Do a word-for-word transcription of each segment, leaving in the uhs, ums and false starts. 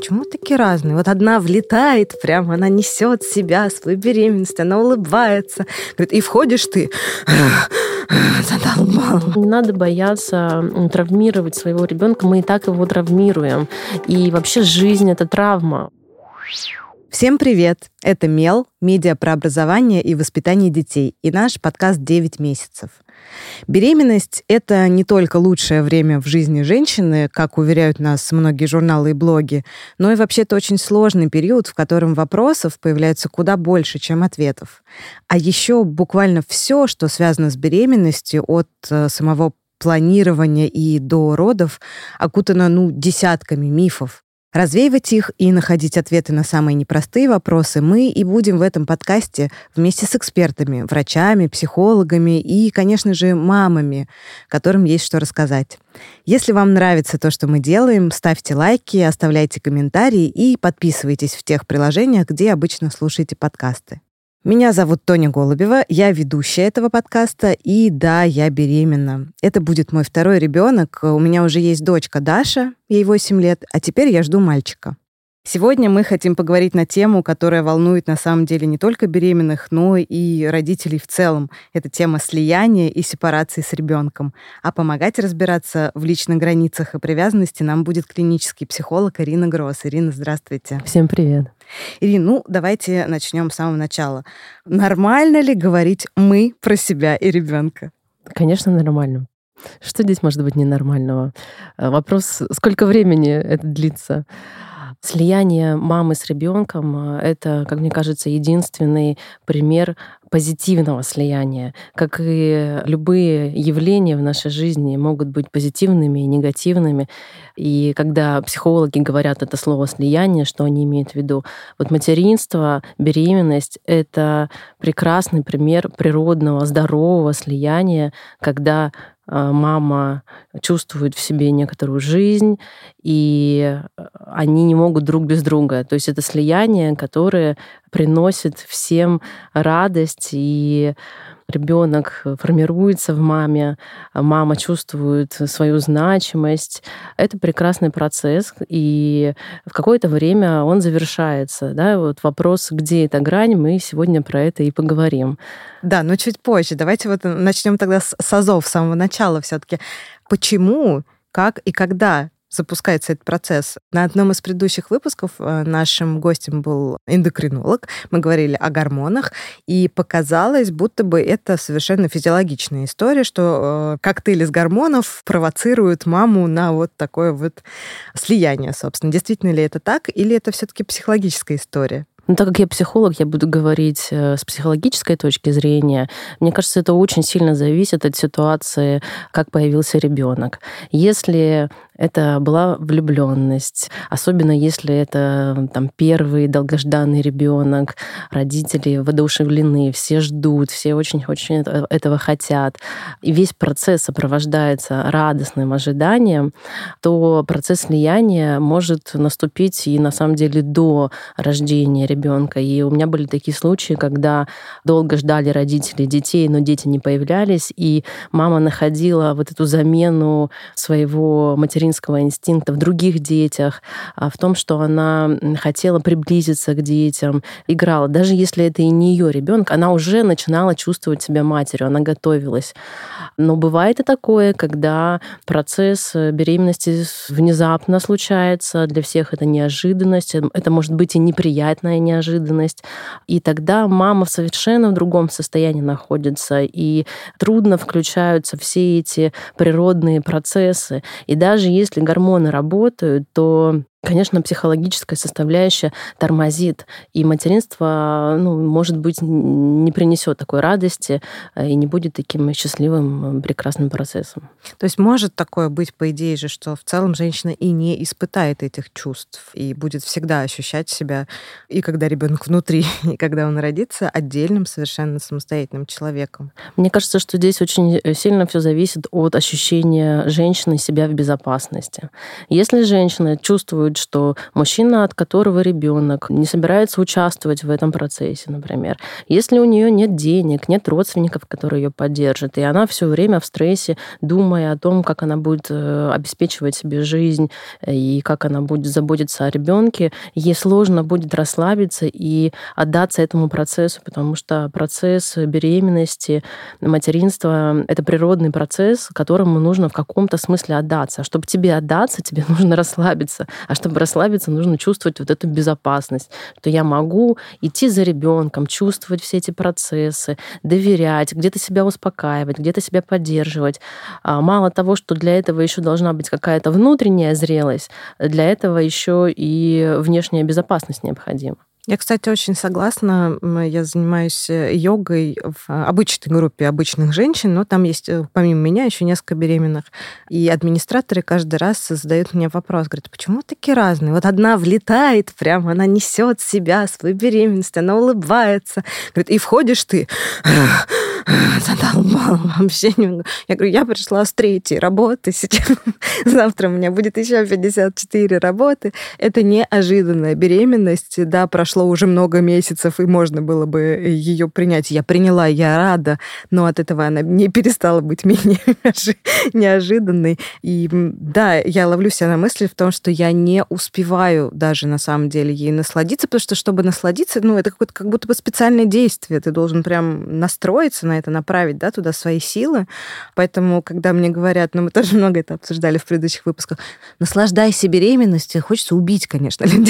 почему такие разные? Вот одна влетает прямо, она несет себя, свою беременность, она улыбается. Говорит, и входишь ты... задолбал. Не надо бояться травмировать своего ребенка, мы и так его травмируем. И вообще жизнь — это травма. Всем привет! Это Мел, медиа про образование и воспитание детей, и наш подкаст «девять месяцев». Беременность — это не только лучшее время в жизни женщины, как уверяют нас многие журналы и блоги, но и вообще-то очень сложный период, в котором вопросов появляется куда больше, чем ответов. А еще буквально все, что связано с беременностью, от самого планирования и до родов, окутано, ну, десятками мифов. Развеивать их и находить ответы на самые непростые вопросы мы и будем в этом подкасте вместе с экспертами, врачами, психологами и, конечно же, мамами, которым есть что рассказать. Если вам нравится то, что мы делаем, ставьте лайки, оставляйте комментарии и подписывайтесь в тех приложениях, где обычно слушаете подкасты. Меня зовут Тоня Голубева, я ведущая этого подкаста, и да, я беременна. Это будет мой второй ребенок. У меня уже есть дочка Даша, ей восемь лет, а теперь я жду мальчика. Сегодня мы хотим поговорить на тему, которая волнует на самом деле не только беременных, но и родителей в целом. Это тема слияния и сепарации с ребенком. А помогать разбираться в личных границах и привязанности нам будет клинический психолог Ирина Гросс. Ирина, здравствуйте. Всем привет. Ирина, ну давайте начнем с самого начала. Нормально ли говорить «мы» про себя и ребенка? Конечно, нормально. Что здесь может быть ненормального? Вопрос, сколько времени это длится? Слияние мамы с ребенком — это, как мне кажется, единственный пример позитивного слияния. Как и любые явления в нашей жизни могут быть позитивными и негативными. И когда психологи говорят это слово «слияние», что они имеют в виду? Вот материнство, беременность — это прекрасный пример природного, здорового слияния, когда мама чувствует в себе некоторую жизнь, и они не могут друг без друга. То есть это слияние, которое приносит всем радость, и ребенок формируется в маме, мама чувствует свою значимость. Это прекрасный процесс, и в какое-то время он завершается. Да? Вот вопрос, где эта грань, мы сегодня про это и поговорим. Да, но чуть позже. Давайте вот начнем тогда с азов, с самого начала все-таки. Почему, как и когда запускается этот процесс? На одном из предыдущих выпусков нашим гостем был эндокринолог. Мы говорили о гормонах, и показалось, будто бы это совершенно физиологичная история, что коктейль из гормонов провоцирует маму на вот такое вот слияние, собственно. Действительно ли это так, или это все-таки психологическая история? Но так как я психолог, я буду говорить с психологической точки зрения. Мне кажется, это очень сильно зависит от ситуации, как появился ребенок. Если это была влюбленность, особенно если это там, первый долгожданный ребенок, родители воодушевлены, все ждут, все очень-очень этого хотят, и весь процесс сопровождается радостным ожиданием, то процесс слияния может наступить и на самом деле до рождения ребенка. И у меня были такие случаи, когда долго ждали родители детей, но дети не появлялись, и мама находила вот эту замену своего материнского инстинкта в других детях, в том, что она хотела приблизиться к детям, играла. Даже если это и не ее ребенок, она уже начинала чувствовать себя матерью, она готовилась. Но бывает и такое, когда процесс беременности внезапно случается, для всех это неожиданность, это может быть и неприятная неожиданность, и тогда мама в совершенно другом состоянии находится, и трудно включаются все эти природные процессы. И даже если гормоны работают, то, конечно, психологическая составляющая тормозит, и материнство, ну, может быть, не принесет такой радости и не будет таким счастливым, прекрасным процессом. То есть может такое быть, по идее же, что в целом женщина и не испытает этих чувств, и будет всегда ощущать себя, и когда ребенок внутри, и когда он родится, отдельным, совершенно самостоятельным человеком? Мне кажется, что здесь очень сильно все зависит от ощущения женщины себя в безопасности. Если женщина чувствует чувствует, что мужчина, от которого ребенок, не собирается участвовать в этом процессе, например. Если у нее нет денег, нет родственников, которые ее поддержат, и она все время в стрессе, думая о том, как она будет обеспечивать себе жизнь и как она будет заботиться о ребенке, ей сложно будет расслабиться и отдаться этому процессу, потому что процесс беременности, материнства — это природный процесс, которому нужно в каком-то смысле отдаться. А чтобы тебе отдаться, тебе нужно расслабиться. А чтобы расслабиться, нужно чувствовать вот эту безопасность, что я могу идти за ребенком, чувствовать все эти процессы, доверять, где-то себя успокаивать, где-то себя поддерживать. Мало того, что для этого еще должна быть какая-то внутренняя зрелость, для этого еще и внешняя безопасность необходима. Я, кстати, очень согласна. Я занимаюсь йогой в обычной группе обычных женщин, но там есть, помимо меня, еще несколько беременных. И администраторы каждый раз задают мне вопрос, говорят, почему такие разные? Вот одна влетает прямо, она несет себя, свою беременность, она улыбается. Говорит, и входишь ты, задолбал вообще. Я говорю, я пришла с третьей работы сейчас. Завтра у меня будет еще пятьдесят четыре работы. Это неожиданная беременность. Да, прошло уже много месяцев, и можно было бы ее принять. Я приняла, я рада, но от этого она не перестала быть менее неожиданной. И да, я ловлю себя на мысли в том, что я не успеваю даже на самом деле ей насладиться, потому что, чтобы насладиться, ну, это какое-то как будто бы специальное действие. Ты должен прям настроиться на это, направить, да, туда свои силы. Поэтому, когда мне говорят, ну, мы тоже много это обсуждали в предыдущих выпусках, наслаждайся беременностью, хочется убить, конечно, людей.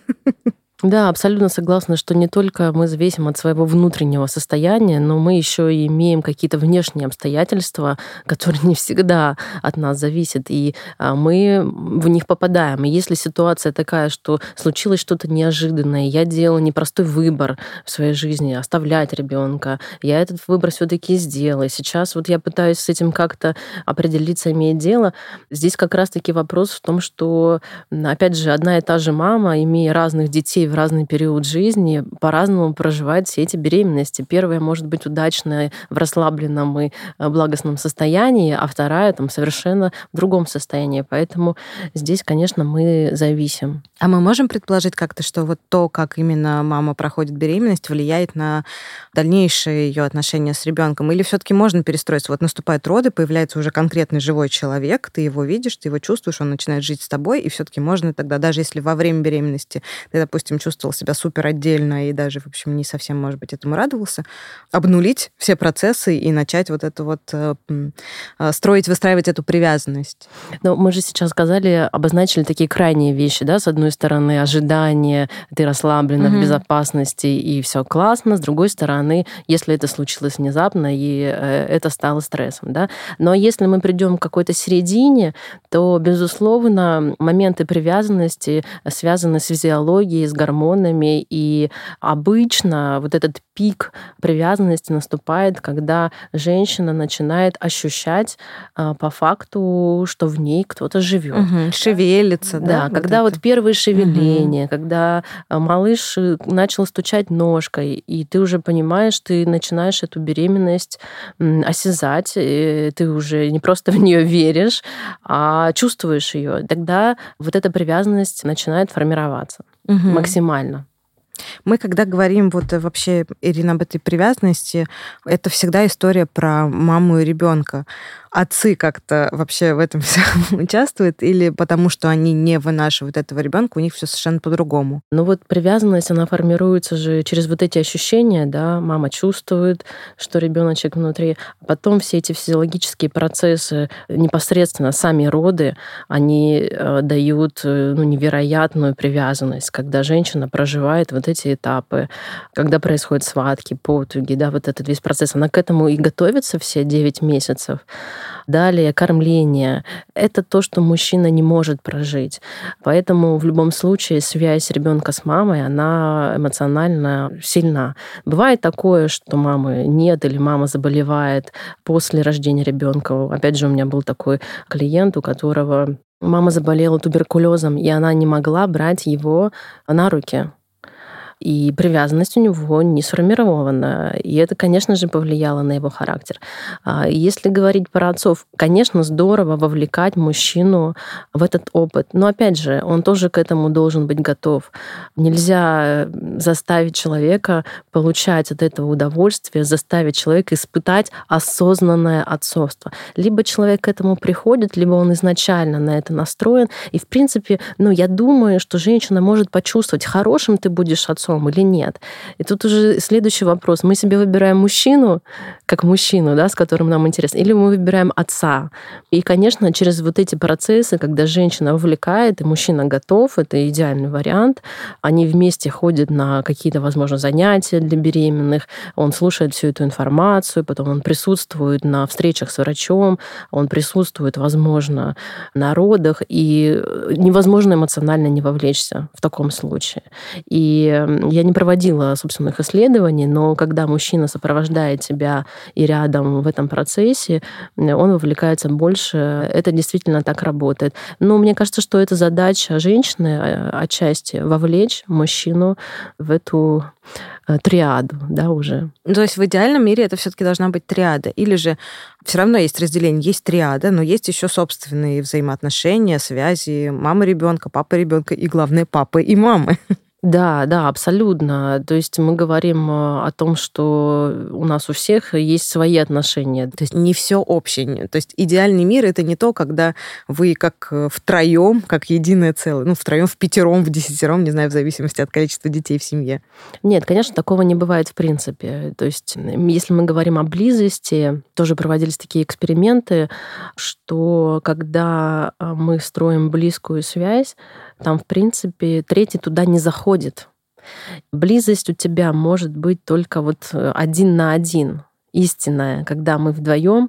Да, абсолютно согласна, что не только мы зависим от своего внутреннего состояния, но мы еще и имеем какие-то внешние обстоятельства, которые не всегда от нас зависят, и мы в них попадаем. И если ситуация такая, что случилось что-то неожиданное, я делала непростой выбор в своей жизни, оставлять ребенка, я этот выбор все-таки сделала. Сейчас вот я пытаюсь с этим как-то определиться, иметь дело. Здесь как раз-таки вопрос в том, что, опять же, одна и та же мама, имея разных детей в разный период жизни, по-разному проживает все эти беременности. Первая может быть удачная в расслабленном и благостном состоянии, а вторая там совершенно в другом состоянии. Поэтому здесь, конечно, мы зависим. А мы можем предположить как-то, что вот то, как именно мама проходит беременность, влияет на дальнейшие ее отношения с ребенком? Или все-таки можно перестроиться? Вот наступают роды, появляется уже конкретный живой человек, ты его видишь, ты его чувствуешь, он начинает жить с тобой, и все-таки можно тогда, даже если во время беременности ты, допустим, чувствовал себя супер отдельно и даже, в общем, не совсем, может быть, этому радовался, обнулить все процессы и начать вот это вот э, строить, выстраивать эту привязанность. Но мы же сейчас сказали, обозначили такие крайние вещи, да, с одной стороны, ожидание, ты расслаблена, mm-hmm. в безопасности, и все классно, с другой стороны, если это случилось внезапно, и это стало стрессом, да. Но если мы придем к какой-то середине, то, безусловно, моменты привязанности связаны с физиологией, с гормонами, и обычно вот этот пик привязанности наступает, когда женщина начинает ощущать по факту, что в ней кто-то живет. Угу, шевелится, да? Да, вот когда это. вот первые шевеления, угу. когда малыш начал стучать ножкой, и ты уже понимаешь, ты начинаешь эту беременность осязать, ты уже не просто в нее веришь, а чувствуешь ее. Тогда вот эта привязанность начинает формироваться угу. максимально. Мы, когда говорим вот вообще, Ирина, об этой привязанности, это всегда история про маму и ребенка. Отцы как-то вообще в этом всем участвуют или потому что они не вынашивают этого ребенка, у них все совершенно по-другому? Ну вот привязанность, она формируется же через вот эти ощущения, да, мама чувствует, что ребеночек внутри, а потом все эти физиологические процессы, непосредственно сами роды, они дают ну, невероятную привязанность, когда женщина проживает вот эти этапы, когда происходят схватки, потуги, да, вот этот весь процесс, она к этому и готовится все девять месяцев. Далее кормление. Это то, что мужчина не может прожить. Поэтому в любом случае связь ребенка с мамой, она эмоционально сильна. Бывает такое, что мамы нет или мама заболевает после рождения ребенка. Опять же, у меня был такой клиент, у которого мама заболела туберкулезом, и она не могла брать его на руки. и привязанность у него не сформирована. И это, конечно же, повлияло на его характер. Если говорить про отцов, конечно, здорово вовлекать мужчину в этот опыт. Но, опять же, он тоже к этому должен быть готов. Нельзя заставить человека получать от этого удовольствие, заставить человека испытать осознанное отцовство. Либо человек к этому приходит, либо он изначально на это настроен. И, в принципе, ну, я думаю, что женщина может почувствовать, хорошим ты будешь отцом или нет. И тут уже следующий вопрос. Мы себе выбираем мужчину, как мужчину, да, с которым нам интересно, или мы выбираем отца. И, конечно, через вот эти процессы, когда женщина вовлекает, и мужчина готов, это идеальный вариант. Они вместе ходят на какие-то, возможно, занятия для беременных, он слушает всю эту информацию, потом он присутствует на встречах с врачом, он присутствует, возможно, на родах, и невозможно эмоционально не вовлечься в таком случае. И я не проводила собственных исследований, но когда мужчина сопровождает тебя и рядом в этом процессе, он вовлекается больше. Это действительно так работает. Но мне кажется, что это задача женщины отчасти вовлечь мужчину в эту триаду, да, уже. То есть в идеальном мире это все-таки должна быть триада. Или же все равно есть разделение, есть триада, но есть еще собственные взаимоотношения, связи мамы ребенка, папы ребенка и, главное, папы и мамы. Да, да, абсолютно. То есть мы говорим о том, что у нас у всех есть свои отношения. То есть не все общее. То есть идеальный мир — это не то, когда вы как втроем, как единое целое, ну, втроем, в пятером, в десятером, не знаю, в зависимости от количества детей в семье. Нет, конечно, такого не бывает в принципе. То есть если мы говорим о близости, тоже проводились такие эксперименты, что когда мы строим близкую связь, там, в принципе, третий туда не заходит. Близость у тебя может быть только вот один на один, истинная, когда мы вдвоем,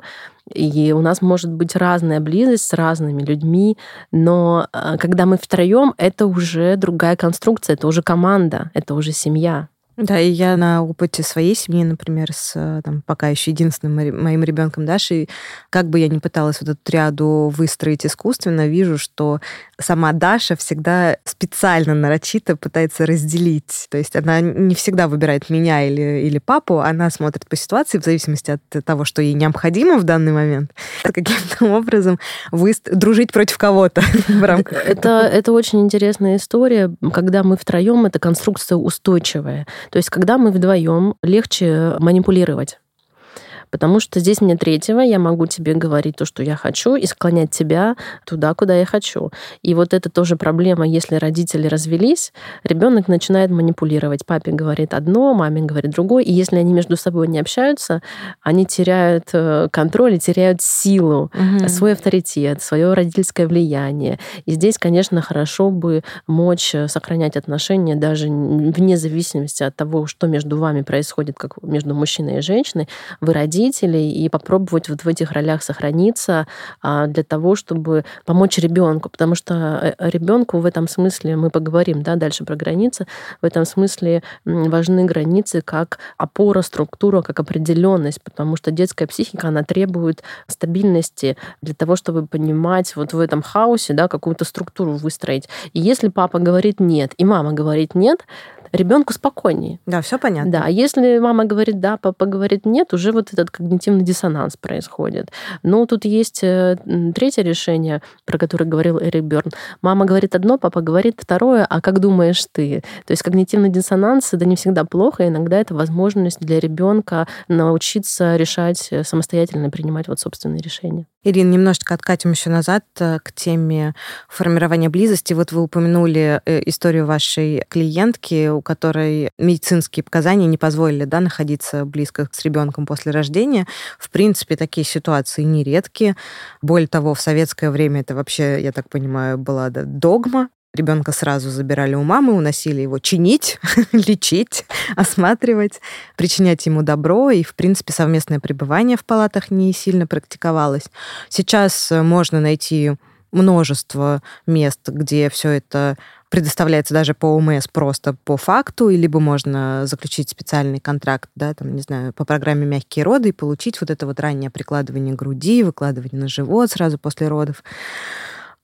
и у нас может быть разная близость с разными людьми, но когда мы втроем, это уже другая конструкция, это уже команда, это уже семья. Да, и я на опыте своей семьи, например, с там, пока еще единственным моим ребенком Дашей, как бы я ни пыталась вот эту триаду выстроить искусственно, вижу, что сама Даша всегда специально нарочито пытается разделить. То есть она не всегда выбирает меня или, или папу, она смотрит по ситуации в зависимости от того, что ей необходимо в данный момент, каким-то образом выст... дружить против кого-то в рамках. Это, это очень интересная история. Когда мы втроем, эта конструкция устойчивая. То есть, когда мы вдвоем, легче манипулировать. Потому что здесь мне третьего, я могу тебе говорить то, что я хочу, и склонять тебя туда, куда я хочу. И вот это тоже проблема, если родители развелись, ребенок начинает манипулировать. Папе говорит одно, маме говорит другое, и если они между собой не общаются, они теряют контроль и теряют силу, угу. свой авторитет, свое родительское влияние. И здесь, конечно, хорошо бы мочь сохранять отношения даже вне зависимости от того, что между вами происходит, как между мужчиной и женщиной. Вы родители, и попробовать вот в этих ролях сохраниться для того, чтобы помочь ребенку, потому что ребенку в этом смысле, мы поговорим, да, дальше про границы, в этом смысле важны границы как опора, структура, как определенность, потому что детская психика, она требует стабильности для того, чтобы понимать вот в этом хаосе, да, какую-то структуру выстроить. И если папа говорит нет, и мама говорит нет, ребенку спокойнее. Да, все понятно. Да, а если мама говорит да, папа говорит нет, уже вот этот когнитивный диссонанс происходит. Но тут есть третье решение, про которое говорил Эрик Бёрн. Мама говорит одно, папа говорит второе, а как думаешь ты? То есть когнитивный диссонанс — это не всегда плохо, иногда это возможность для ребенка научиться решать самостоятельно, принимать вот собственные решения. Ирина, немножечко откатим еще назад к теме формирования близости. Вот вы упомянули историю вашей клиентки, у которой медицинские показания не позволили, да, находиться близко с ребенком после рождения. В принципе, такие ситуации нередки. Более того, в советское время это вообще, я так понимаю, была да, догма. Ребенка сразу забирали у мамы, уносили его чинить, лечить, осматривать, причинять ему добро. И, в принципе, совместное пребывание в палатах не сильно практиковалось. Сейчас можно найти множество мест, где все это предоставляется даже по ОМС просто по факту, и либо можно заключить специальный контракт, да, там, не знаю, по программе «Мягкие роды» и получить вот это вот раннее прикладывание груди, выкладывание на живот сразу после родов.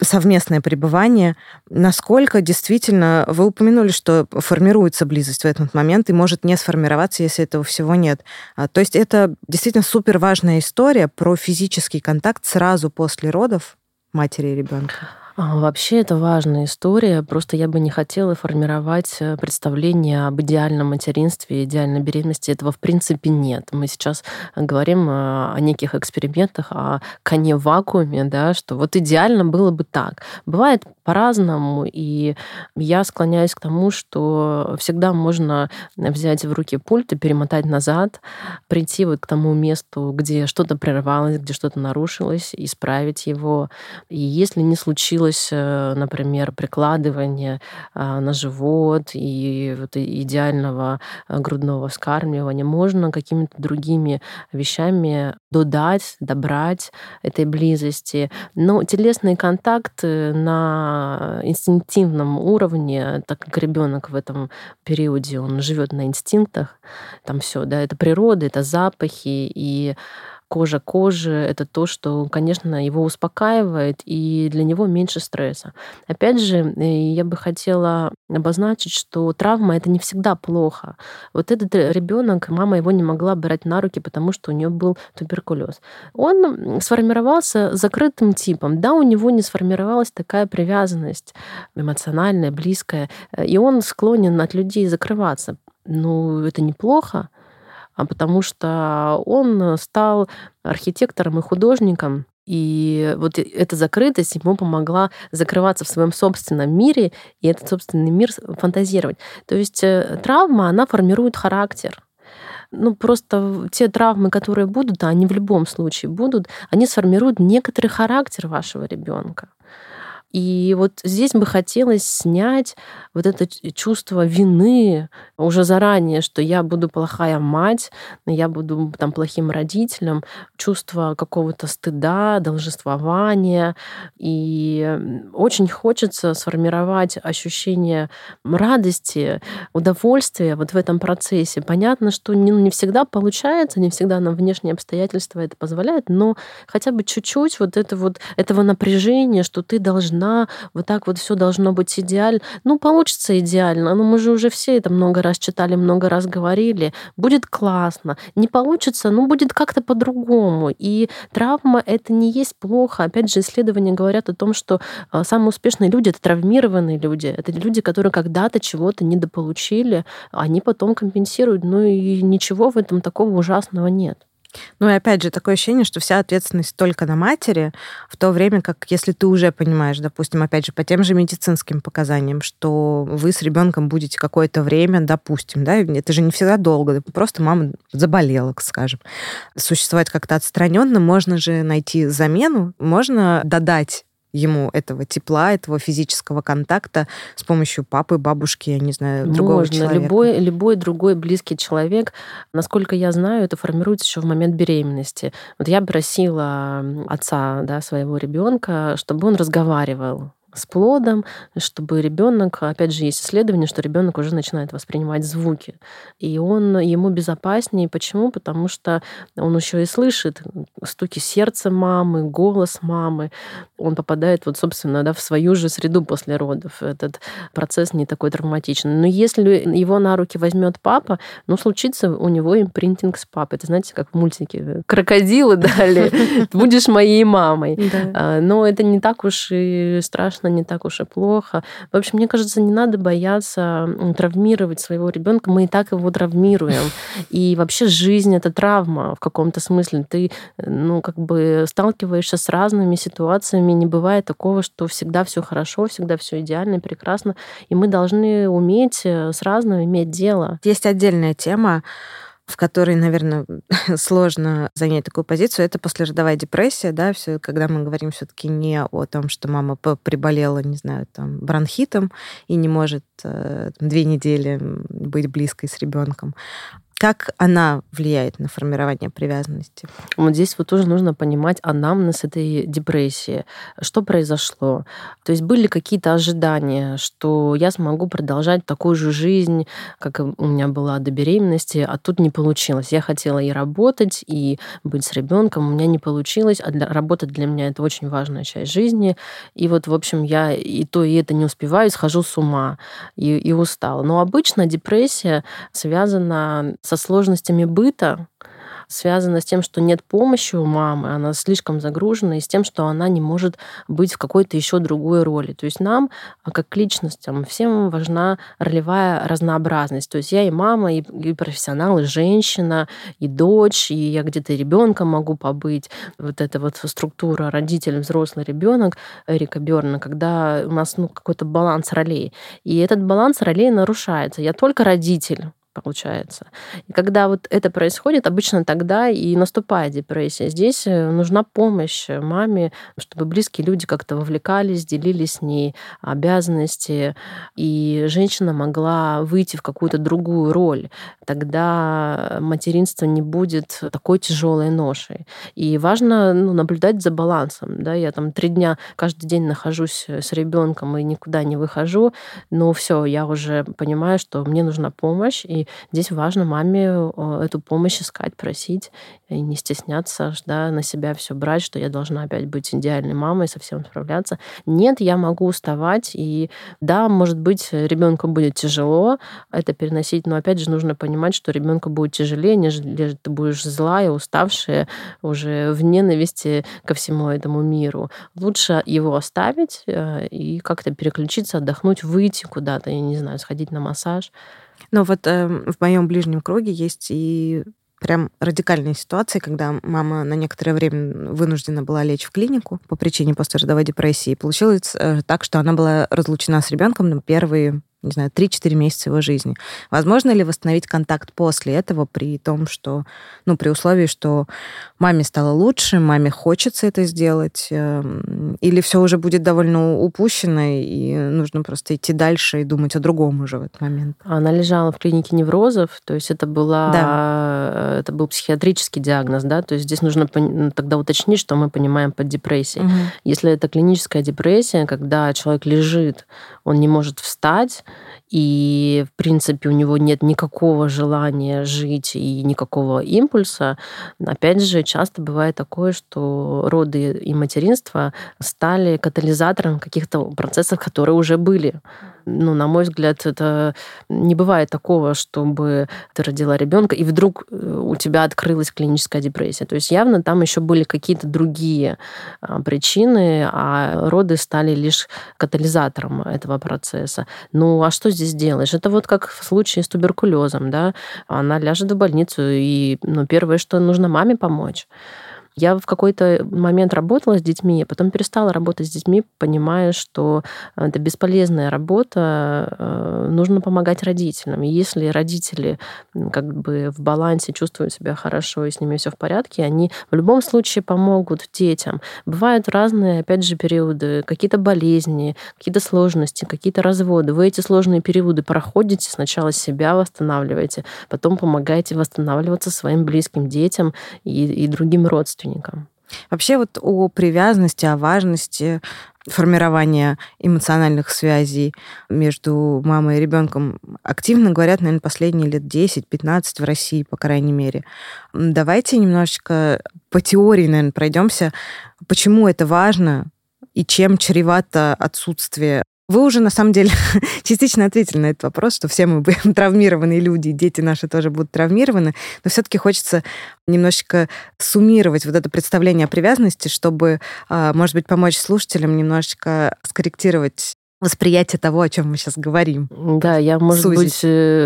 совместное пребывание, насколько действительно, вы упомянули, что формируется близость в этот момент и может не сформироваться, если этого всего нет. То есть это действительно супер важная история про физический контакт сразу после родов матери и ребенка. Вообще это важная история, просто я бы не хотела формировать представление об идеальном материнстве, идеальной беременности. Этого в принципе нет. Мы сейчас говорим о неких экспериментах, о коне в вакууме, да, что вот идеально было бы так. Бывает по-разному, и я склоняюсь к тому, что всегда можно взять в руки пульт и перемотать назад, прийти вот к тому месту, где что-то прервалось, где что-то нарушилось, исправить его. И если не случилось, например, прикладывание на живот и вот идеального грудного вскармливания, можно какими-то другими вещами додать, добрать этой близости. Но телесный контакт на инстинктивном уровне, так как ребенок в этом периоде, он живет на инстинктах, там все, да, это природа, это запахи, и кожа кожи — это то, что, конечно, его успокаивает, и для него меньше стресса. Опять же, я бы хотела обозначить, что травма — это не всегда плохо. Вот этот ребенок, мама его не могла брать на руки, потому что у нее был туберкулез. Он сформировался закрытым типом. Да, у него не сформировалась такая привязанность эмоциональная, близкая, и он склонен от людей закрываться. Ну, это неплохо, а потому что он стал архитектором и художником, и вот эта закрытость ему помогла закрываться в своем собственном мире и этот собственный мир фантазировать. То есть травма, она формирует характер. Ну, просто те травмы, которые будут, а они в любом случае будут, они сформируют некоторый характер вашего ребенка. И вот здесь бы хотелось снять вот это чувство вины уже заранее, что я буду плохая мать, я буду там плохим родителем, чувство какого-то стыда, должествования. И очень хочется сформировать ощущение радости, удовольствия вот в этом процессе. Понятно, что не, не всегда получается, не всегда нам внешние обстоятельства это позволяют, но хотя бы чуть-чуть вот, это вот этого напряжения, что ты должна вот так вот все должно быть идеально. Ну, получится идеально. Ну, мы же уже все это много раз читали, много раз говорили. Будет классно. Не получится, ну, будет как-то по-другому. И травма — это не есть плохо. Опять же, исследования говорят о том, что самые успешные люди — это травмированные люди. Это люди, которые когда-то чего-то недополучили, они потом компенсируют. Ну, и ничего в этом такого ужасного нет. Ну и опять же, такое ощущение, что вся ответственность только на матери, в то время как, если ты уже понимаешь, допустим, опять же, по тем же медицинским показаниям, что вы с ребенком будете какое-то время, допустим, да, это же не всегда долго, просто мама заболела, скажем. Существовать как-то отстраненно, можно же найти замену, можно додать ему этого тепла, этого физического контакта с помощью папы, бабушки, я не знаю, другого Можно. человека. Любой, любой другой близкий человек, насколько я знаю, это формируется еще в момент беременности. Вот я просила отца, да, своего ребенка, чтобы он разговаривал с плодом, чтобы ребенок, опять же, есть исследование, что ребенок уже начинает воспринимать звуки. И он ему безопаснее. Почему? Потому что он еще и слышит стуки сердца мамы, голос мамы. Он попадает, вот, собственно, да, в свою же среду после родов. Этот процесс не такой травматичный. Но если его на руки возьмет папа, ну, случится у него импринтинг с папой. Это, знаете, как в мультике крокодилы дали. Будешь моей мамой. Но это не так уж и страшно, не так уж и плохо. В общем, мне кажется, не надо бояться травмировать своего ребенка. Мы и так его травмируем. И вообще жизнь — это травма в каком-то смысле. Ты, ну, как бы сталкиваешься с разными ситуациями. Не бывает такого, что всегда все хорошо, всегда все идеально и прекрасно. И мы должны уметь с разным иметь дело. Есть отдельная тема, в которой, наверное, сложно занять такую позицию, это послеродовая депрессия, да, все, когда мы говорим все-таки не о том, что мама приболела, не знаю, там, бронхитом и не может э, две недели быть близкой с ребенком, Как она влияет на формирование привязанности? Вот здесь вот тоже нужно понимать анамнез этой депрессии. Что произошло? То есть были какие-то ожидания, что я смогу продолжать такую же жизнь, как у меня была до беременности, а тут не получилось. Я хотела и работать, и быть с ребенком, у меня не получилось, а для, работать для меня это очень важная часть жизни. И вот, в общем, я и то, и это не успеваю, схожу с ума и, и устала. Но обычно депрессия связана с со сложностями быта, связано с тем, что нет помощи у мамы, она слишком загружена, и с тем, что она не может быть в какой-то еще другой роли. То есть нам, как личностям, всем важна ролевая разнообразность. То есть я и мама, и, и профессионал, и женщина, и дочь, и я где-то ребенком могу побыть. Вот эта вот структура родитель, взрослый ребенок Эрика Берна, когда у нас ну, какой-то баланс ролей. И этот баланс ролей нарушается. Я только родитель, получается. И когда вот это происходит, обычно тогда и наступает депрессия. Здесь нужна помощь маме, чтобы близкие люди как-то вовлекались, делились с ней обязанности, и женщина могла выйти в какую-то другую роль. Тогда материнство не будет такой тяжелой ношей. И важно ну, наблюдать за балансом. Да? Я там три дня каждый день нахожусь с ребенком и никуда не выхожу, но все, я уже понимаю, что мне нужна помощь, и здесь важно маме эту помощь искать, просить, и не стесняться, да, на себя все брать, что я должна опять быть идеальной мамой, со всем справляться. Нет, я могу уставать, и да, может быть, ребенку будет тяжело это переносить, но опять же нужно понимать, что ребенку будет тяжелее, нежели ты будешь злая, уставшая, уже в ненависти ко всему этому миру. Лучше его оставить и как-то переключиться, отдохнуть, выйти куда-то, я не знаю, сходить на массаж. Но вот э, в моем ближнем круге есть и прям радикальные ситуации, когда мама на некоторое время вынуждена была лечь в клинику по причине послеродовой депрессии. И получилось э, так, что она была разлучена с ребенком на первые, не знаю, три-четыре месяца его жизни. Возможно ли восстановить контакт после этого при том, что, ну, при условии, что маме стало лучше, маме хочется это сделать, или все уже будет довольно упущено, и нужно просто идти дальше и думать о другом уже в этот момент? Она лежала в клинике неврозов, то есть это, была, да. это был психиатрический диагноз, да, то есть здесь нужно тогда уточнить, что мы понимаем под депрессией. Угу. Если это клиническая депрессия, когда человек лежит, он не может встать, и, в принципе, у него нет никакого желания жить и никакого импульса, опять же, часто бывает такое, что роды и материнство стали катализатором каких-то процессов, которые уже были. Ну, на мой взгляд, это не бывает такого, чтобы ты родила ребенка, и вдруг у тебя открылась клиническая депрессия. То есть явно там еще были какие-то другие причины, а роды стали лишь катализатором этого процесса. Ну, а что здесь делаешь? Это вот как в случае с туберкулезом, да? Она ляжет в больницу, и ну, первое, что нужно маме помочь. Я в какой-то момент работала с детьми, а потом перестала работать с детьми, понимая, что это бесполезная работа, нужно помогать родителям. И если родители как бы в балансе чувствуют себя хорошо и с ними все в порядке, они в любом случае помогут детям. Бывают разные, опять же, периоды, какие-то болезни, какие-то сложности, какие-то разводы. Вы эти сложные периоды проходите, сначала себя восстанавливаете, потом помогаете восстанавливаться своим близким детям и, и другим родственникам. Вообще вот о привязанности, о важности формирования эмоциональных связей между мамой и ребенком активно говорят, наверное, последние лет десять-пятнадцать в России, по крайней мере. Давайте немножечко по теории, наверное, пройдемся, почему это важно и чем чревато отсутствие. Вы уже, на самом деле, частично ответили на этот вопрос, что все мы будем травмированные люди, дети наши тоже будут травмированы, но все-таки хочется немножечко суммировать вот это представление о привязанности, чтобы, может быть, помочь слушателям немножечко скорректировать восприятие того, о чем мы сейчас говорим. Да, я, может Сузить. быть,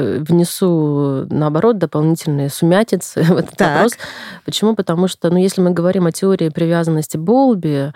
внесу, наоборот, дополнительные сумятицы в этот так. вопрос. Почему? Потому что, ну, если мы говорим о теории привязанности Боулби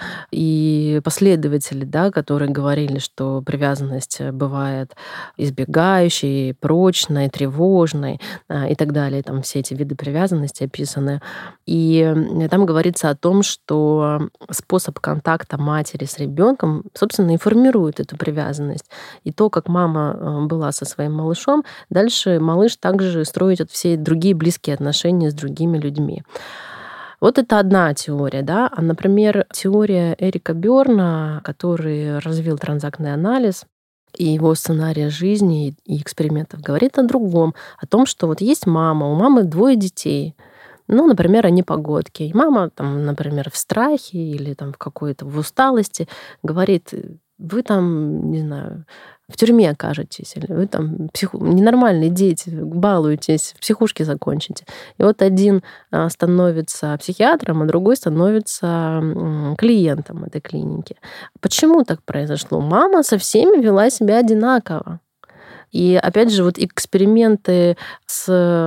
и последователи, да, которые говорили, что привязанность бывает избегающей, прочной, тревожной и так далее, там все эти виды привязанности описаны. И там говорится о том, что способ контакта матери с ребенком, собственно, и формирует эту привязанность. привязанность. И то, как мама была со своим малышом, дальше малыш также строит все другие близкие отношения с другими людьми. Вот это одна теория, да. А, например, теория Эрика Бёрна, который развил транзактный анализ, и его сценария жизни и экспериментов говорит о другом, о том, что вот есть мама, у мамы двое детей, ну, например, они погодки. И мама, там, например, в страхе или там, в какой-то в усталости говорит: вы там, не знаю, в тюрьме окажетесь, или вы там псих... ненормальные дети, балуетесь, в психушке закончите. И вот один становится психиатром, а другой становится клиентом этой клиники. Почему так произошло? Мама со всеми вела себя одинаково. И опять же, вот эксперименты с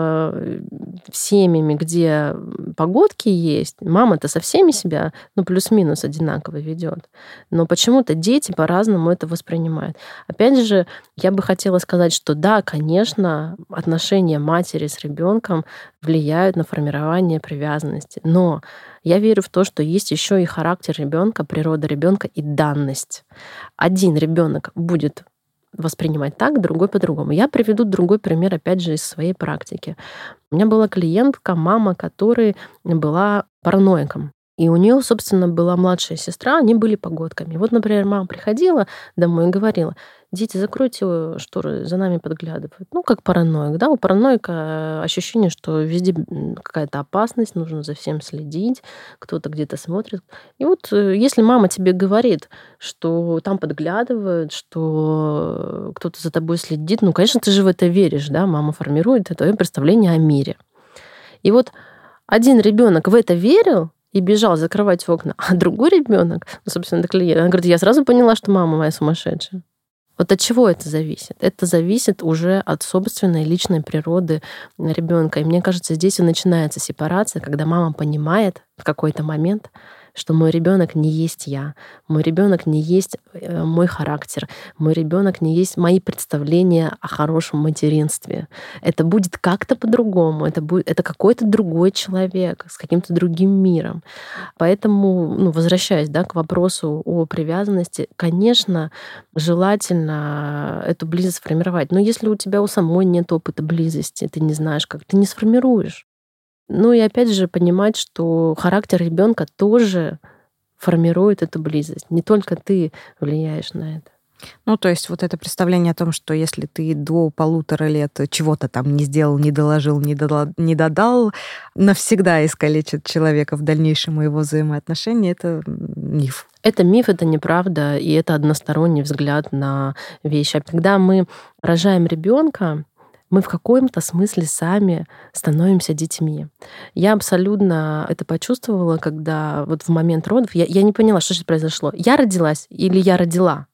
семьями, где погодки есть, мама-то со всеми себя, ну, плюс-минус одинаково ведет. Но почему-то дети по-разному это воспринимают. Опять же, я бы хотела сказать, что да, конечно, отношения матери с ребенком влияют на формирование привязанности. Но я верю в то, что есть еще и характер ребенка, природа ребенка и данность. Один ребенок будет воспринимать так, другой по-другому. Я приведу другой пример, опять же, из своей практики. У меня была клиентка, мама, которая была параноиком. И у нее, собственно, была младшая сестра, они были погодками. Вот, например, мама приходила домой и говорила: дети, закройте шторы, за нами подглядывают. Ну, как параноик, да? У параноика ощущение, что везде какая-то опасность, нужно за всем следить, кто-то где-то смотрит. И вот если мама тебе говорит, что там подглядывают, что кто-то за тобой следит, ну, конечно, ты же в это веришь, да? Мама формирует твое представление о мире. И вот один ребенок в это верил и бежал закрывать окна, а другой ребенок, ну, собственно, это клиент, она говорит: я сразу поняла, что мама моя сумасшедшая. Вот от чего это зависит? Это зависит уже от собственной личной природы ребенка. И мне кажется, здесь и начинается сепарация, когда мама понимает в какой-то момент, что мой ребенок не есть я, мой ребенок не есть мой характер, мой ребенок не есть мои представления о хорошем материнстве. Это будет как-то по-другому, это будет, это какой-то другой человек с каким-то другим миром. Поэтому, ну, возвращаясь, да, к вопросу о привязанности, конечно, желательно эту близость формировать. Но если у тебя у самой нет опыта близости, ты не знаешь, как, ты не сформируешь. Ну и опять же понимать, что характер ребенка тоже формирует эту близость. Не только ты влияешь на это. Ну, то есть вот это представление о том, что если ты до полутора лет чего-то там не сделал, не доложил, не, додал, не додал, навсегда искалечит человека в дальнейшем его взаимоотношения, это миф. Это миф, это неправда, и это односторонний взгляд на вещи. А когда мы рожаем ребенка, мы в каком-то смысле сами становимся детьми. Я абсолютно это почувствовала, когда вот в момент родов я, я не поняла, что же произошло. Я родилась или я родила?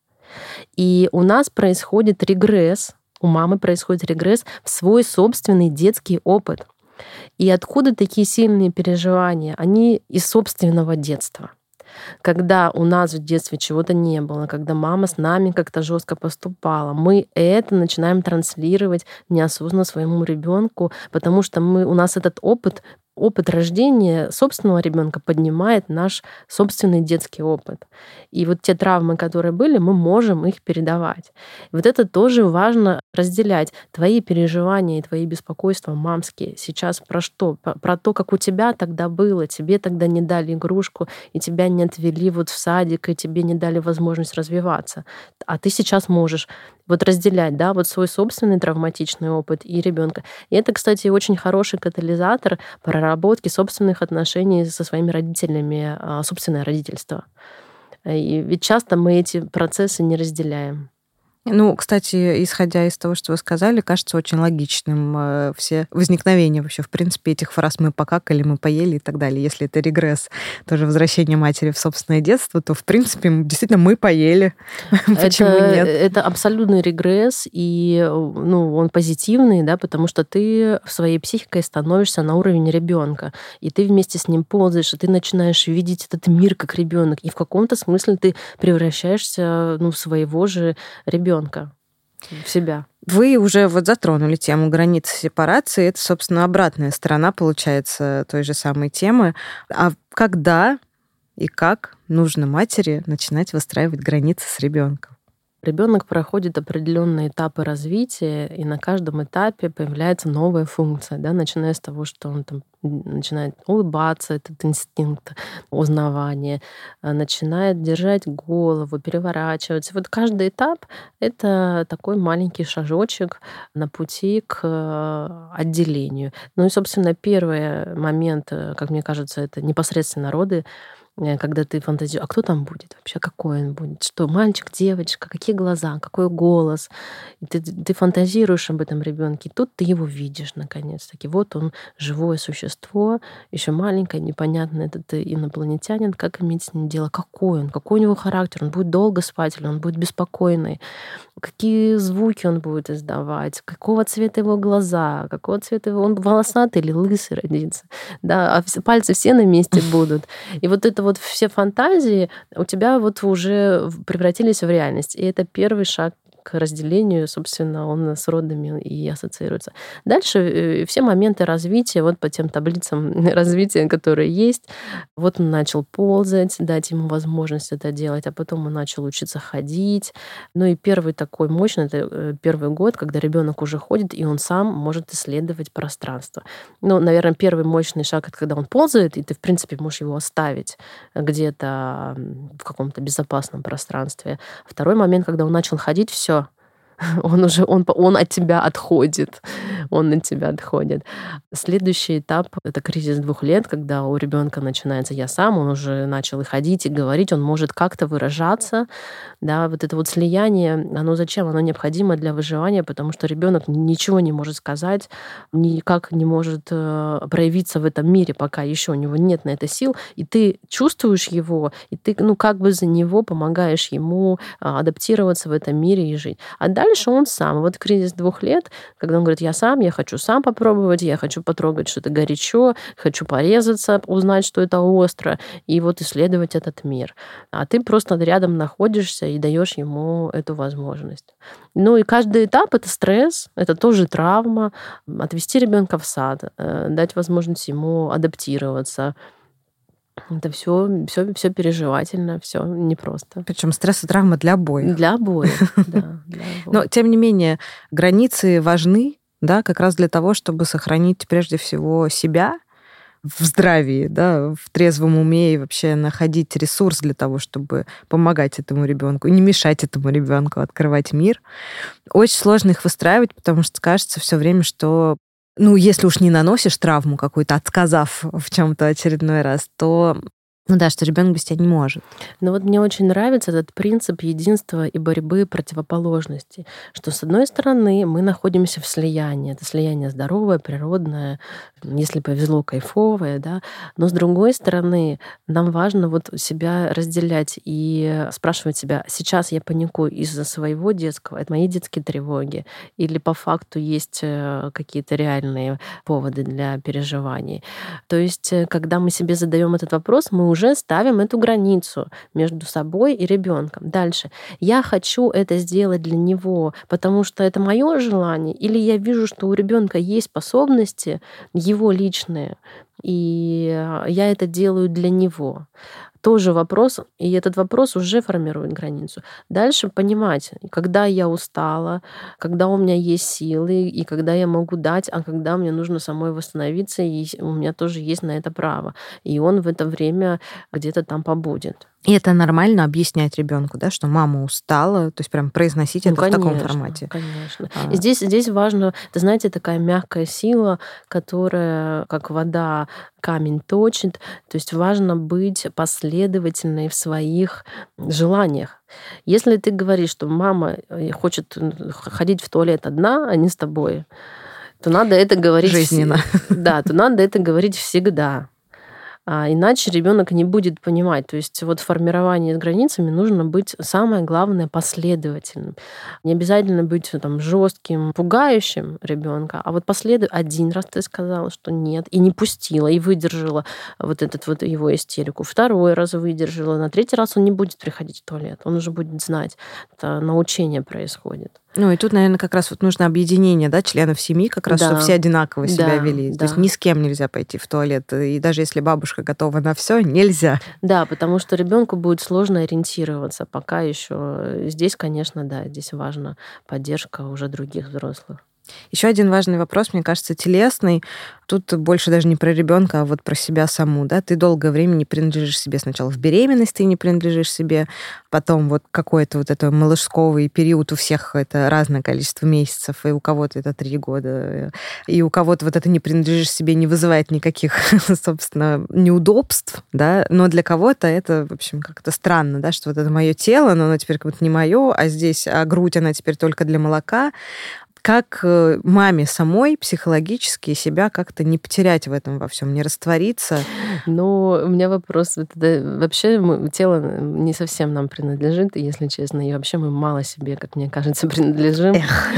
И у нас происходит регресс, у мамы происходит регресс в свой собственный детский опыт. И откуда такие сильные переживания? Они из собственного детства. Когда у нас в детстве чего-то не было, когда мама с нами как-то жестко поступала, мы это начинаем транслировать неосознанно своему ребенку, потому что мы, у нас этот опыт, опыт рождения собственного ребенка поднимает наш собственный детский опыт. И вот те травмы, которые были, мы можем их передавать. И вот это тоже важно разделять. Твои переживания и твои беспокойства мамские сейчас про что? Про то, как у тебя тогда было. Тебе тогда не дали игрушку, и тебя не отвели вот в садик, и тебе не дали возможность развиваться. А ты сейчас можешь вот разделять, да, вот свой собственный травматичный опыт и ребенка. И это, кстати, очень хороший катализатор проработки собственных отношений со своими родителями, собственное родительство. И ведь часто мы эти процессы не разделяем. Ну, кстати, исходя из того, что вы сказали, кажется очень логичным все возникновения вообще, в принципе, этих фраз «мы покакали», «мы поели» и так далее. Если это регресс, тоже возвращение матери в собственное детство, то, в принципе, действительно, мы поели. Почему это, нет? Это абсолютный регресс, и ну, он позитивный, да, потому что ты своей психикой становишься на уровень ребенка, и ты вместе с ним ползаешь, и ты начинаешь видеть этот мир как ребенок, и в каком-то смысле ты превращаешься ну, в своего же ребенка. В себя. Вы уже вот затронули тему границ сепарации. Это, собственно, обратная сторона, получается, той же самой темы. А когда и как нужно матери начинать выстраивать границы с ребенком? Ребенок проходит определенные этапы развития, и на каждом этапе появляется новая функция, да, начиная с того, что он там начинает улыбаться, этот инстинкт узнавания, а, начинает держать голову, переворачиваться. Вот каждый этап — это такой маленький шажочек на пути к э, отделению. Ну и, собственно, первый момент, э, как мне кажется, это непосредственно роды, Э, когда ты фантазируешь, а кто там будет вообще, какой он будет, что мальчик, девочка, какие глаза, какой голос. И ты, ты фантазируешь об этом ребенке, и тут ты его видишь наконец-таки. Вот он, живое существо, еще маленькое, непонятно, этот инопланетянин, как иметь с ним дело, какой он, какой у него характер, он будет долго спать или он будет беспокойный, какие звуки он будет издавать, какого цвета его глаза, какого цвета его, он волосатый или лысый родится, да, а все- пальцы все на месте будут. И вот это вот все фантазии у тебя вот уже в- превратились в реальность. И это первый шаг к разделению, собственно, он с родами и ассоциируется. Дальше э, все моменты развития, вот по тем таблицам развития, которые есть, вот он начал ползать, дать ему возможность это делать, а потом он начал учиться ходить. Ну и первый такой мощный, это э, первый год, когда ребенок уже ходит, и он сам может исследовать пространство. Ну, наверное, первый мощный шаг — это когда он ползает, и ты, в принципе, можешь его оставить где-то м, в каком-то безопасном пространстве. Второй момент, когда он начал ходить, все, он уже он, по- он от тебя отходит. Он от тебя отходит. Следующий этап — это кризис двух лет, когда у ребенка начинается «я сам», он уже начал и ходить, и говорить, он может как-то выражаться. Да, вот это вот слияние, оно зачем? Оно необходимо для выживания, потому что ребенок ничего не может сказать, никак не может э, проявиться в этом мире, пока еще у него нет на это сил, и ты чувствуешь его, и ты, ну, как бы за него помогаешь ему а, адаптироваться в этом мире и жить. А дальше он сам. Вот кризис двух лет, когда он говорит, я сам, я хочу сам попробовать, я хочу потрогать что-то горячо, хочу порезаться, узнать, что это остро, и вот исследовать этот мир. А ты просто рядом находишься и даешь ему эту возможность. Ну и каждый этап — это стресс, это тоже травма. Отвести ребенка в сад, э, дать возможность ему адаптироваться. Это все, все, все переживательно, все непросто. Причем стресс и травма для обоих. Для обоих, да, для Но, обоих. тем не менее, границы важны, да, как раз для того, чтобы сохранить прежде всего себя в здравии, да, в трезвом уме и вообще находить ресурс для того, чтобы помогать этому ребенку и не мешать этому ребенку открывать мир. Очень сложно их выстраивать, потому что кажется все время, что ну, если уж не наносишь травму какую-то, отказав в чем-то очередной раз, то ну да, что ребенок без тебя не может. Но вот мне очень нравится этот принцип единства и борьбы противоположностей, что, с одной стороны, мы находимся в слиянии. Это слияние здоровое, природное, если повезло, кайфовое, да. Но, с другой стороны, нам важно вот себя разделять и спрашивать себя, сейчас я паникую из-за своего детского, это мои детские тревоги, или по факту есть э, какие-то реальные поводы для переживаний. То есть, э, когда мы себе задаем этот вопрос, мы уже ставим эту границу между собой и ребенком. Дальше. Я хочу это сделать для него, потому что это мое желание, или я вижу, что у ребенка есть способности, его личные, и я это делаю для него. Тоже вопрос, и этот вопрос уже формирует границу. Дальше понимать, когда я устала, когда у меня есть силы, и когда я могу дать, а когда мне нужно самой восстановиться, и у меня тоже есть на это право. И он в это время где-то там побудет. И это нормально объяснять ребенку, да, что мама устала, то есть прям произносить Ну, это конечно, в таком формате. конечно. А, И здесь, здесь важно, ты знаете, такая мягкая сила, которая, как вода, камень точит. То есть важно быть последовательной в своих желаниях. Если ты говоришь, что мама э, хочет м, ходить в туалет одна, а не с тобой, то надо это говорить вс- Жизненно. да, то надо это говорить всегда. А иначе ребенок не будет понимать. То есть вот в формировании с границами нужно быть, самое главное, последовательным. Не обязательно быть там жестким, пугающим ребенка, а вот последовать. Один раз ты сказала, что нет, и не пустила, и выдержала вот этот вот его истерику. Второй раз выдержала, на третий раз он не будет приходить в туалет, он уже будет знать. Это научение происходит. Ну, и тут, наверное, как раз вот нужно объединение, да, членов семьи, как раз, да. чтобы все одинаково себя да, вели. Да. То есть ни с кем нельзя пойти в туалет. И даже если бабушка готова на все, нельзя. Да, потому что ребенку будет сложно ориентироваться. Пока еще здесь, конечно, да, здесь важна поддержка уже других взрослых. Еще один важный вопрос, мне кажется, телесный. Тут больше даже не про ребенка, а вот про себя саму. Да? Ты долгое время не принадлежишь себе. Сначала в беременность ты не принадлежишь себе, потом вот какой-то вот это малышковый период, у всех это разное количество месяцев, и у кого-то это три года, и у кого-то вот это не принадлежишь себе не вызывает никаких, собственно, неудобств, да? Но для кого-то это, в общем, как-то странно, да? Что вот это мое тело, но оно теперь как будто не мое, а здесь, а грудь, она теперь только для молока. Как маме самой психологически себя как-то не потерять в этом во всем, не раствориться? Ну, у меня вопрос. Вообще тело не совсем нам принадлежит, если честно, и вообще мы мало себе, как мне кажется, принадлежим,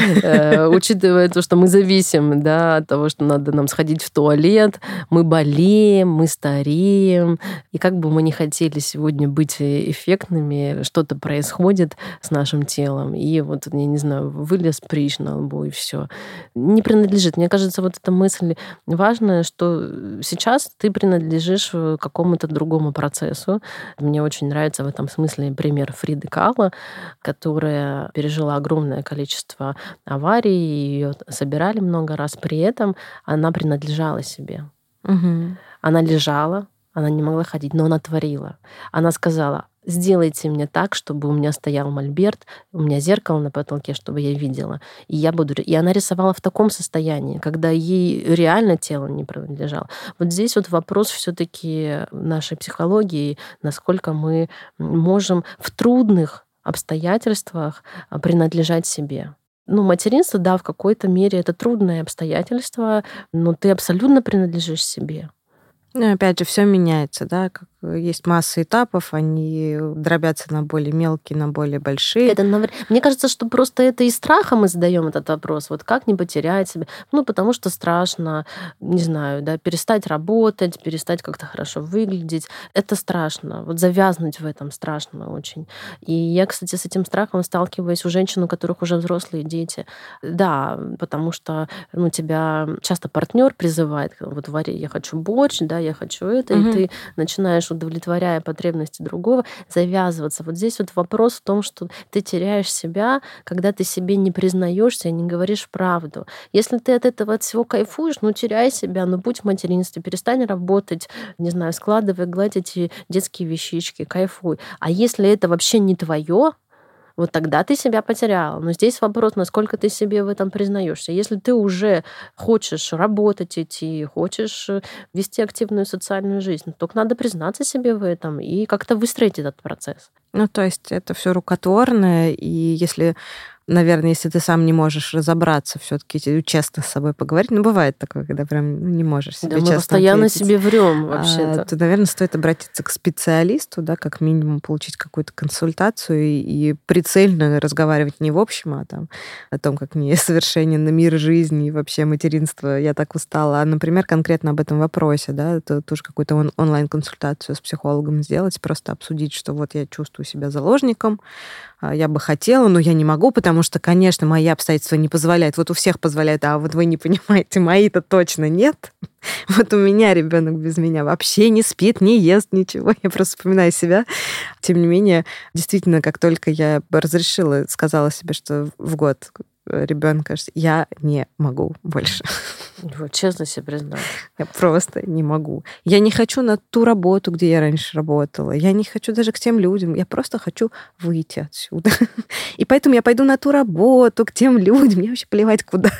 учитывая то, что мы зависим, да, от того, что надо нам сходить в туалет, мы болеем, мы стареем, и как бы мы ни хотели сегодня быть эффектными, что-то происходит с нашим телом, и вот, я не знаю, вылез прыщ на лбу, и все. Не принадлежит. Мне кажется, вот эта мысль важная, что сейчас ты принадлежишь какому-то другому процессу. Мне очень нравится в этом смысле пример Фриды Кало, которая пережила огромное количество аварий, ее собирали много раз. При этом она принадлежала себе. Угу. Она лежала, она не могла ходить, но она творила. Она сказала: сделайте мне так, чтобы у меня стоял мольберт, у меня зеркало на потолке, чтобы я видела. И я буду... И она рисовала в таком состоянии, когда ей реально тело не принадлежало. Вот здесь вот вопрос все-таки нашей психологии, насколько мы можем в трудных обстоятельствах принадлежать себе. Ну, материнство, да, в какой-то мере это трудное обстоятельство, но ты абсолютно принадлежишь себе. Ну, опять же, все меняется, да, как есть масса этапов, они дробятся на более мелкие, на более большие. Это, мне кажется, что просто это из страха мы задаем этот вопрос. Вот как не потерять себя? Ну, потому что страшно, не знаю, да, перестать работать, перестать как-то хорошо выглядеть. Это страшно. Вот завязнуть в этом страшно очень. И я, кстати, с этим страхом сталкиваюсь у женщин, у которых уже взрослые дети. Да, потому что ну, тебя часто партнер призывает, вот, Варя, я хочу борщ, да, я хочу это, угу. И ты начинаешь, удовлетворяя потребности другого, завязываться. Вот здесь вот вопрос в том, что ты теряешь себя, когда ты себе не признаешься и не говоришь правду. Если ты от этого от всего кайфуешь, ну теряй себя, ну будь в материнстве, перестань работать, не знаю, складывай, гладь эти детские вещички, кайфуй. А если это вообще не твое, вот тогда ты себя потеряла. Но здесь вопрос, насколько ты себе в этом признаешься. Если ты уже хочешь работать идти, хочешь вести активную социальную жизнь, только надо признаться себе в этом и как-то выстроить этот процесс. Ну, то есть это все рукотворное, и если... Наверное, если ты сам не можешь разобраться, все-таки честно с собой поговорить. Ну, бывает такое, когда прям не можешь себе да, честно мы постоянно ответить. себе врем вообще-то. А, то, наверное, стоит обратиться к специалисту, да, как минимум получить какую-то консультацию и, и прицельно разговаривать не в общем, а там о том, как несовершенен мир жизни и вообще материнство. Я так устала. А, например, конкретно об этом вопросе, да, это тоже какую-то он- онлайн-консультацию с психологом сделать, просто обсудить, что вот я чувствую себя заложником, я бы хотела, но я не могу, потому что, конечно, мои обстоятельства не позволяют. Вот у всех позволяют, а вот вы не понимаете, мои-то точно нет. Вот у меня ребенок без меня вообще не спит, не ест ничего. Я просто вспоминаю себя. Тем не менее, действительно, как только я разрешила, сказала себе, что в год ребенка, я не могу больше. Вот, честно себе признать. Я просто не могу. Я не хочу на ту работу, где я раньше работала. Я не хочу даже к тем людям. Я просто хочу выйти отсюда. И поэтому я пойду на ту работу, к тем людям. Мне вообще плевать куда.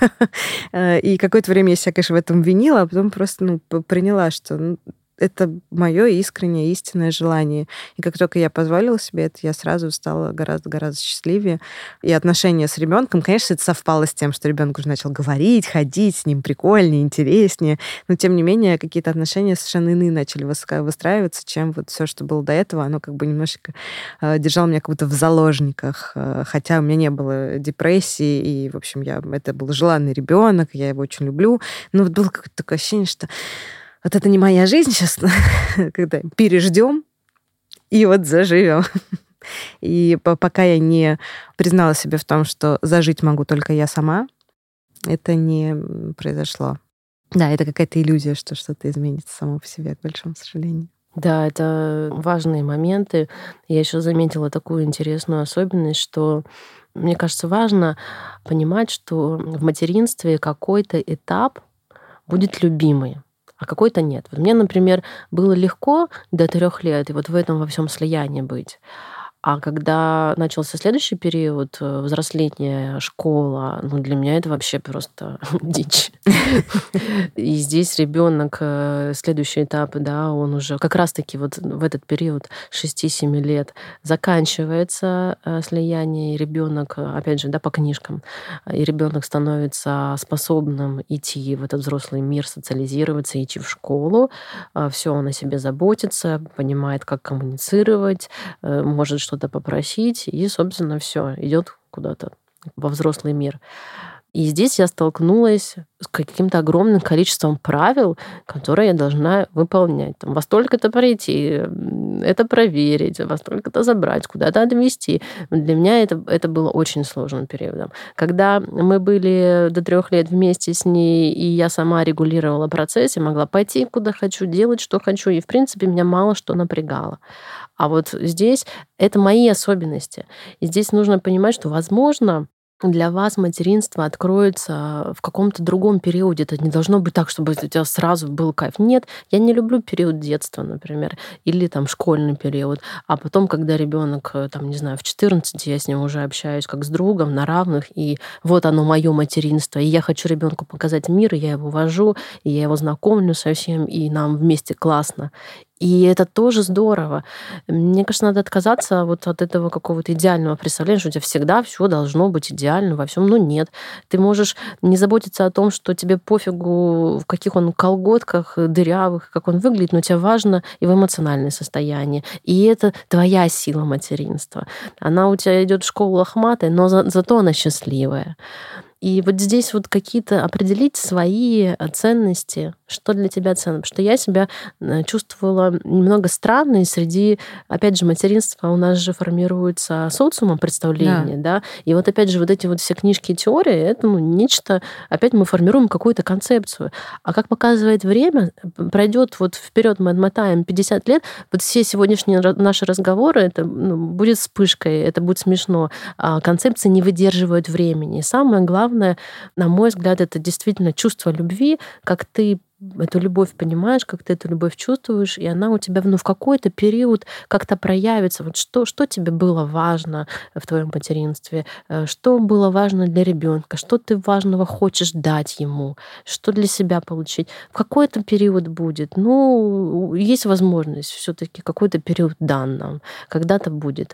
И какое-то время я себя, конечно, в этом винила, а потом просто ну, приняла, что... Ну, это мое искреннее, истинное желание. И как только я позволила себе это, я сразу стала гораздо-гораздо счастливее. И отношения с ребенком, конечно, это совпало с тем, что ребенок уже начал говорить, ходить, с ним прикольнее, интереснее. Но, тем не менее, какие-то отношения совершенно иные начали выстраиваться, чем вот все, что было до этого. Оно как бы немножечко держало меня как будто в заложниках. Хотя у меня не было депрессии, и, в общем, я, это был желанный ребенок, я его очень люблю. Но вот было какое-то такое ощущение, что вот это не моя жизнь сейчас, когда переждем и вот заживем. И пока я не признала себе в том, что зажить могу только я сама, это не произошло. Да, это какая-то иллюзия, что что-то изменится само по себе, к большому сожалению. Да, это важные моменты. Я еще заметила такую интересную особенность, что, мне кажется, важно понимать, что в материнстве какой-то этап будет любимый, а какой-то нет. Вот мне, например, было легко до трех лет и вот в этом во всем слиянии быть. А когда начался следующий период, взросление, школа, ну, для меня это вообще просто дичь. И здесь ребенок, следующий этап, да, он уже как раз-таки вот в этот период шести-семи лет заканчивается слияние, и ребенок, опять же, да, по книжкам, и ребенок становится способным идти в этот взрослый мир, социализироваться, идти в школу. Все, он о себе заботится, понимает, как коммуницировать, может что-то попросить, и, собственно, все идет куда-то во взрослый мир. И здесь я столкнулась с каким-то огромным количеством правил, которые я должна выполнять. Там, во столько-то пройти, это проверить, во столько-то забрать, куда-то отвезти. Для меня это, это было очень сложным периодом. Когда мы были до трех лет вместе с ней, и я сама регулировала процесс, я могла пойти куда хочу, делать, что хочу, и, в принципе, меня мало что напрягало. А вот здесь это мои особенности. И здесь нужно понимать, что, возможно, для вас материнство откроется в каком-то другом периоде. Это не должно быть так, чтобы у тебя сразу был кайф. Нет, я не люблю период детства, например, или там школьный период. А потом, когда ребенок, там, не знаю, в четырнадцать, я с ним уже общаюсь как с другом на равных, и вот оно мое материнство. И я хочу ребенку показать мир, и я его вожу, и я его знакомлю со всем, и нам вместе классно. И это тоже здорово. Мне кажется, надо отказаться вот от этого какого-то идеального представления, что у тебя всегда все должно быть идеально во всем. Ну нет. Ты можешь не заботиться о том, что тебе пофигу, в каких он колготках дырявых, как он выглядит, но тебе важно его эмоциональное состояние. И это твоя сила материнства. Она у тебя идет в школу лохматая, но за, зато она счастливая. И вот здесь вот какие-то определить свои ценности, что для тебя ценно. Потому что я себя чувствовала немного странной среди, опять же, материнства у нас же формируется социумом представление, да. да, и вот опять же вот эти вот все книжки и теории, это ну, нечто, опять мы формируем какую-то концепцию. А как показывает время, пройдет вот вперед мы отмотаем пятьдесят лет, вот все сегодняшние наши разговоры, это ну, будет вспышкой, это будет смешно. А концепции не выдерживают времени. И самое главное, на мой взгляд, это действительно чувство любви, как ты эту любовь понимаешь, как ты эту любовь чувствуешь, и она у тебя ну, в какой-то период как-то проявится. Вот что, что тебе было важно в твоем материнстве, что было важно для ребенка, что ты важного хочешь дать ему, что для себя получить. В какой-то период будет. Ну, есть возможность все-таки какой-то период дан нам, когда-то будет.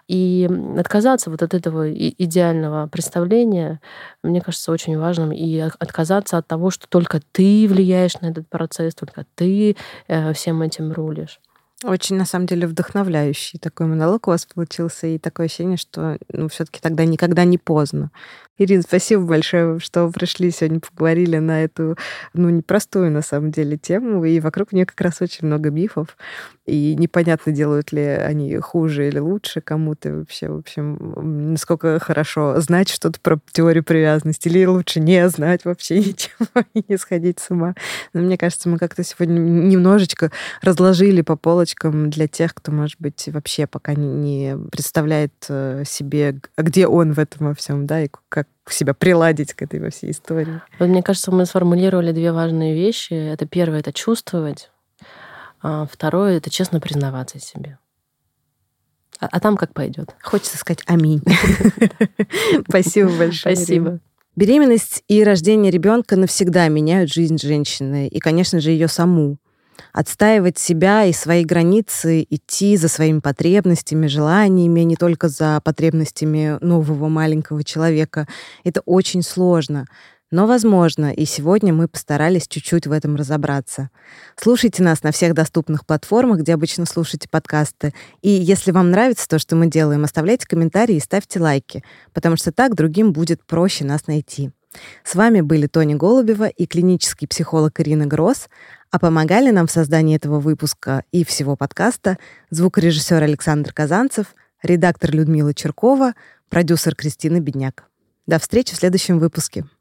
И отказаться вот от этого идеального представления, мне кажется, очень важным, и отказаться от того, что только ты влияешь на этот процесс, только ты э, всем этим рулишь. Очень, на самом деле, вдохновляющий такой монолог у вас получился, и такое ощущение, что ну, все-таки тогда никогда не поздно. Ирина, спасибо большое, что пришли сегодня, поговорили на эту, ну, непростую, на самом деле, тему, и вокруг нее как раз очень много мифов, и непонятно, делают ли они хуже или лучше кому-то вообще, в общем, насколько хорошо знать что-то про теорию привязанности, или лучше не знать вообще ничего и не сходить с ума. Но мне кажется, мы как-то сегодня немножечко разложили по полочкам для тех, кто, может быть, вообще пока не представляет себе, где он в этом во всем, да, и как себя приладить к этой во всей истории. Вот, мне кажется, мы сформулировали две важные вещи. Это первое — это чувствовать, а второе — это честно признаваться себе. А, а там как пойдет. Хочется сказать аминь. Спасибо большое. Спасибо. Беременность и рождение ребенка навсегда меняют жизнь женщины и, конечно же, ее саму. Отстаивать себя и свои границы, идти за своими потребностями, желаниями, а не только за потребностями нового маленького человека. Это очень сложно, но возможно, и сегодня мы постарались чуть-чуть в этом разобраться. Слушайте нас на всех доступных платформах, где обычно слушаете подкасты. И если вам нравится то, что мы делаем, оставляйте комментарии и ставьте лайки, потому что так другим будет проще нас найти. С вами были Тоня Голубева и клинический психолог Ирина Гросс, а помогали нам в создании этого выпуска и всего подкаста звукорежиссер Александр Казанцев, редактор Людмила Черкова, продюсер Кристина Бедняк. До встречи в следующем выпуске.